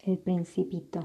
El Principito,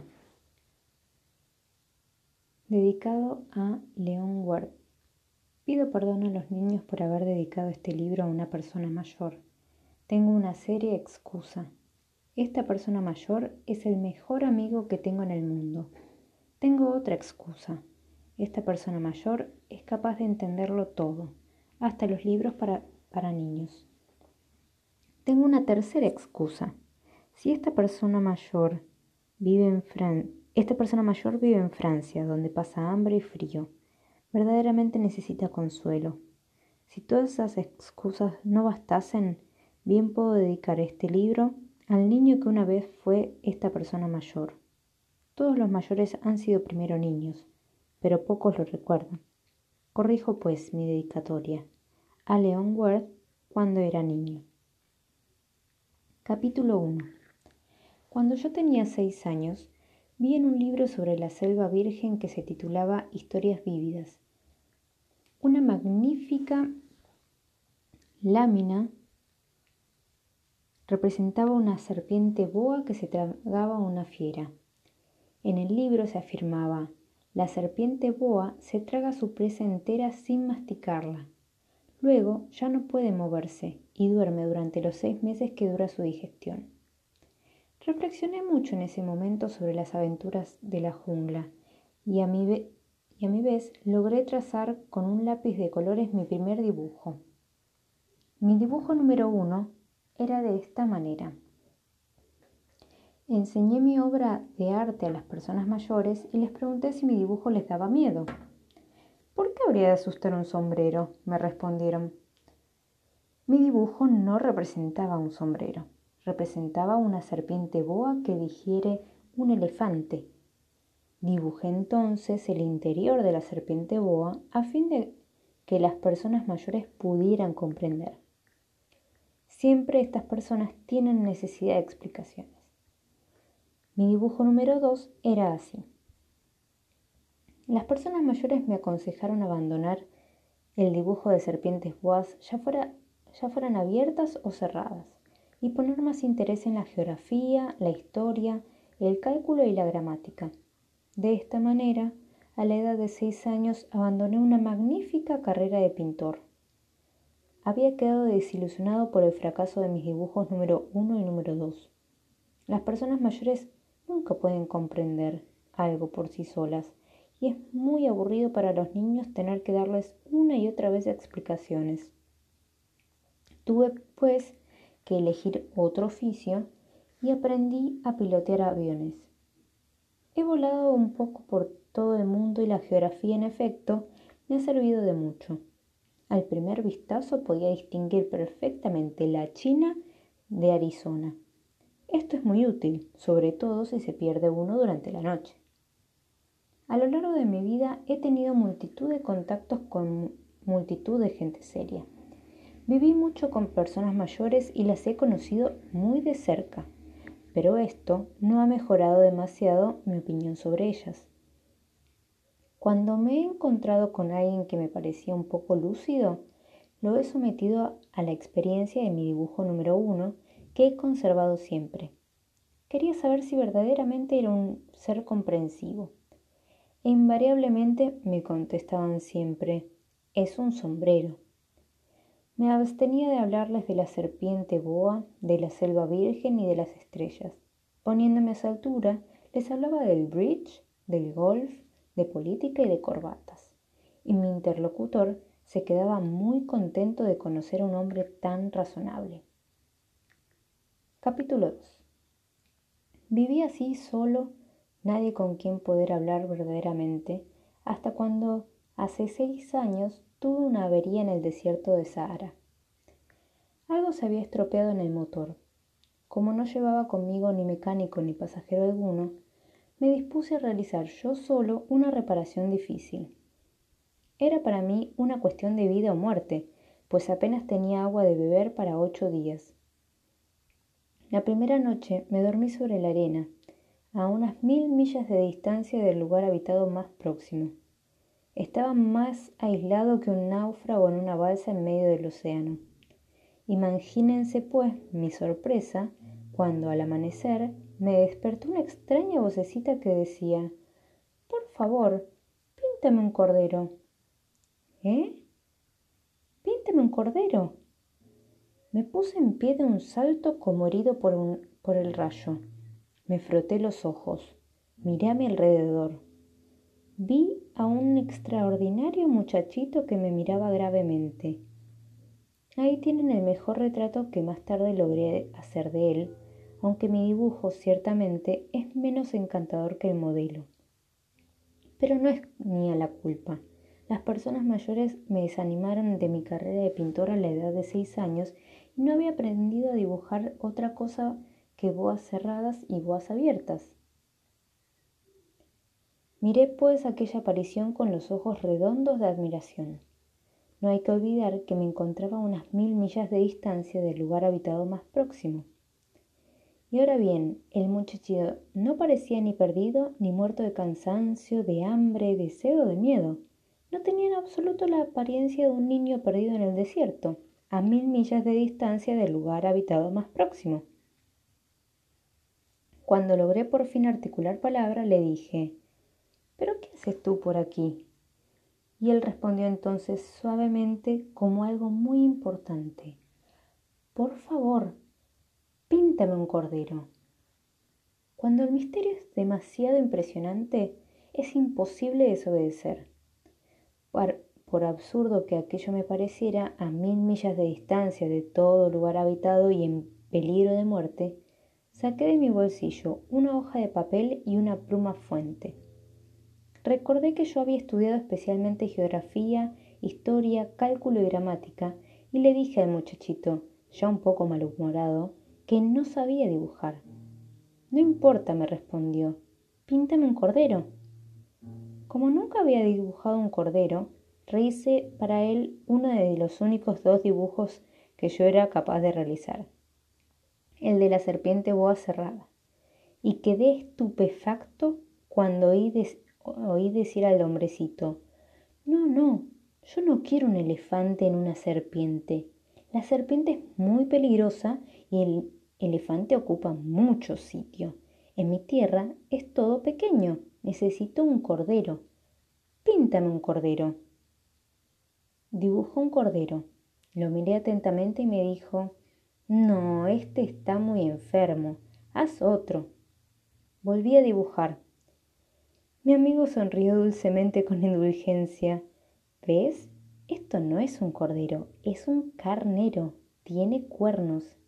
dedicado a Leon Ward. Pido perdón a los niños por haber dedicado este libro a una persona mayor. Tengo una seria excusa. Esta persona mayor es el mejor amigo que tengo en el mundo. Tengo otra excusa. Esta persona mayor es capaz de entenderlo todo, hasta los libros para niños. Tengo una tercera excusa. Si esta persona mayor vive en Francia, donde pasa hambre y frío. Verdaderamente necesita consuelo. Si todas esas excusas no bastasen, bien puedo dedicar este libro al niño que una vez fue esta persona mayor. Todos los mayores han sido primero niños, pero pocos lo recuerdan. Corrijo pues mi dedicatoria a Leon Ward cuando era niño. Capítulo 1. Cuando yo tenía 6 años, vi en un libro sobre la selva virgen que se titulaba Historias vívidas, una magnífica lámina representaba una serpiente boa que se tragaba a una fiera. En el libro se afirmaba: la serpiente boa se traga su presa entera sin masticarla. Luego ya no puede moverse y duerme durante los 6 meses que dura su digestión. Reflexioné mucho en ese momento sobre las aventuras de la jungla y a mi vez logré trazar con un lápiz de colores mi primer dibujo. Mi dibujo número 1 era de esta manera. Enseñé mi obra de arte a las personas mayores y les pregunté si mi dibujo les daba miedo. ¿Por qué habría de asustar un sombrero?, me respondieron. Mi dibujo no representaba un sombrero. Representaba una serpiente boa que digiere un elefante. Dibujé entonces el interior de la serpiente boa a fin de que las personas mayores pudieran comprender. Siempre estas personas tienen necesidad de explicaciones. Mi dibujo número 2 era así. Las personas mayores me aconsejaron abandonar el dibujo de serpientes boas ya fueran abiertas o cerradas, y poner más interés en la geografía, la historia, el cálculo y la gramática. De esta manera, a la edad de 6 años, abandoné una magnífica carrera de pintor. Había quedado desilusionado por el fracaso de mis dibujos número 1 y número 2. Las personas mayores nunca pueden comprender algo por sí solas, y es muy aburrido para los niños tener que darles una y otra vez explicaciones. Tuve, pues, que elegir otro oficio y aprendí a pilotear aviones. He volado un poco por todo el mundo y la geografía, en efecto, me ha servido de mucho. Al primer vistazo podía distinguir perfectamente la China de Arizona. Esto es muy útil, sobre todo si se pierde uno durante la noche. A lo largo de mi vida he tenido multitud de contactos con multitud de gente seria. Viví mucho con personas mayores y las he conocido muy de cerca, pero esto no ha mejorado demasiado mi opinión sobre ellas. Cuando me he encontrado con alguien que me parecía un poco lúcido, lo he sometido a la experiencia de mi dibujo número 1, que he conservado siempre. Quería saber si verdaderamente era un ser comprensivo. E invariablemente me contestaban siempre: es un sombrero. Me abstenía de hablarles de la serpiente boa, de la selva virgen y de las estrellas. Poniéndome a su altura, les hablaba del bridge, del golf, de política y de corbatas. Y mi interlocutor se quedaba muy contento de conocer a un hombre tan razonable. Capítulo 2. Viví así solo, nadie con quien poder hablar verdaderamente, hasta cuando, hace 6 años, tuve una avería en el desierto de Sahara. Algo se había estropeado en el motor. Como no llevaba conmigo ni mecánico ni pasajero alguno, me dispuse a realizar yo solo una reparación difícil. Era para mí una cuestión de vida o muerte, pues apenas tenía agua de beber para 8 días. La primera noche me dormí sobre la arena, a unas 1000 millas de distancia del lugar habitado más próximo. Estaba más aislado que un náufrago en una balsa en medio del océano. Imagínense, pues, mi sorpresa cuando, al amanecer, me despertó una extraña vocecita que decía: «Por favor, píntame un cordero». «¿Eh? Píntame un cordero». Me puse en pie de un salto como herido por el rayo. Me froté los ojos. Miré a mi alrededor. Vi a un extraordinario muchachito que me miraba gravemente. Ahí tienen el mejor retrato que más tarde logré hacer de él, aunque mi dibujo ciertamente es menos encantador que el modelo. Pero no es mía la culpa. Las personas mayores me desanimaron de mi carrera de pintor a la edad de 6 años y no había aprendido a dibujar otra cosa que boas cerradas y boas abiertas. Miré pues aquella aparición con los ojos redondos de admiración. No hay que olvidar que me encontraba a unas 1000 millas de distancia del lugar habitado más próximo. Y ahora bien, el muchachito no parecía ni perdido, ni muerto de cansancio, de hambre, de sed o de miedo. No tenía en absoluto la apariencia de un niño perdido en el desierto, a 1000 millas de distancia del lugar habitado más próximo. Cuando logré por fin articular palabra, le dije: «¿Pero qué haces tú por aquí?». Y él respondió entonces suavemente como algo muy importante: «Por favor, píntame un cordero». Cuando el misterio es demasiado impresionante, es imposible desobedecer. Por absurdo que aquello me pareciera, a 1000 millas de distancia de todo lugar habitado y en peligro de muerte, saqué de mi bolsillo una hoja de papel y una pluma fuente. Recordé que yo había estudiado especialmente geografía, historia, cálculo y gramática, y le dije al muchachito, ya un poco malhumorado, que no sabía dibujar. «No importa», me respondió, «píntame un cordero». Como nunca había dibujado un cordero, rehice para él uno de los únicos 2 dibujos que yo era capaz de realizar, el de la serpiente boa cerrada, y quedé estupefacto cuando oí decir al hombrecito: «No, no, yo no quiero un elefante en una serpiente. La serpiente es muy peligrosa y el elefante ocupa mucho sitio. En mi tierra es todo pequeño. Necesito un cordero. Píntame un cordero». Dibujó un cordero. Lo miré atentamente y me dijo: «No, este está muy enfermo. Haz otro». Volví a dibujar. Mi amigo sonrió dulcemente con indulgencia. «¿Ves? Esto no es un cordero, es un carnero. Tiene cuernos».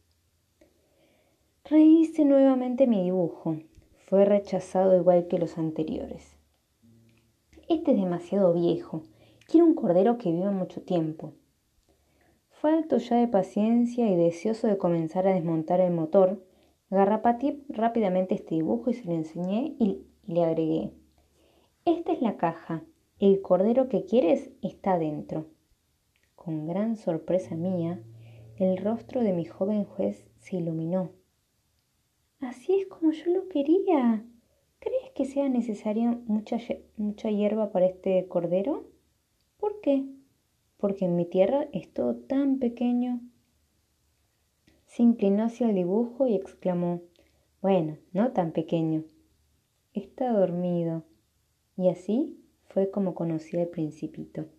Rehice nuevamente mi dibujo. Fue rechazado igual que los anteriores. «Este es demasiado viejo. Quiero un cordero que viva mucho tiempo». Falto ya de paciencia y deseoso de comenzar a desmontar el motor, garrapateé rápidamente este dibujo y se lo enseñé y le agregué: «Esta es la caja. El cordero que quieres está dentro». Con gran sorpresa mía, el rostro de mi joven juez se iluminó. «Así es como yo lo quería. ¿Crees que sea necesaria mucha hierba para este cordero?». «¿Por qué?». «Porque en mi tierra es todo tan pequeño». Se inclinó hacia el dibujo y exclamó: «Bueno, no tan pequeño. Está dormido». Y así fue como conocí al Principito.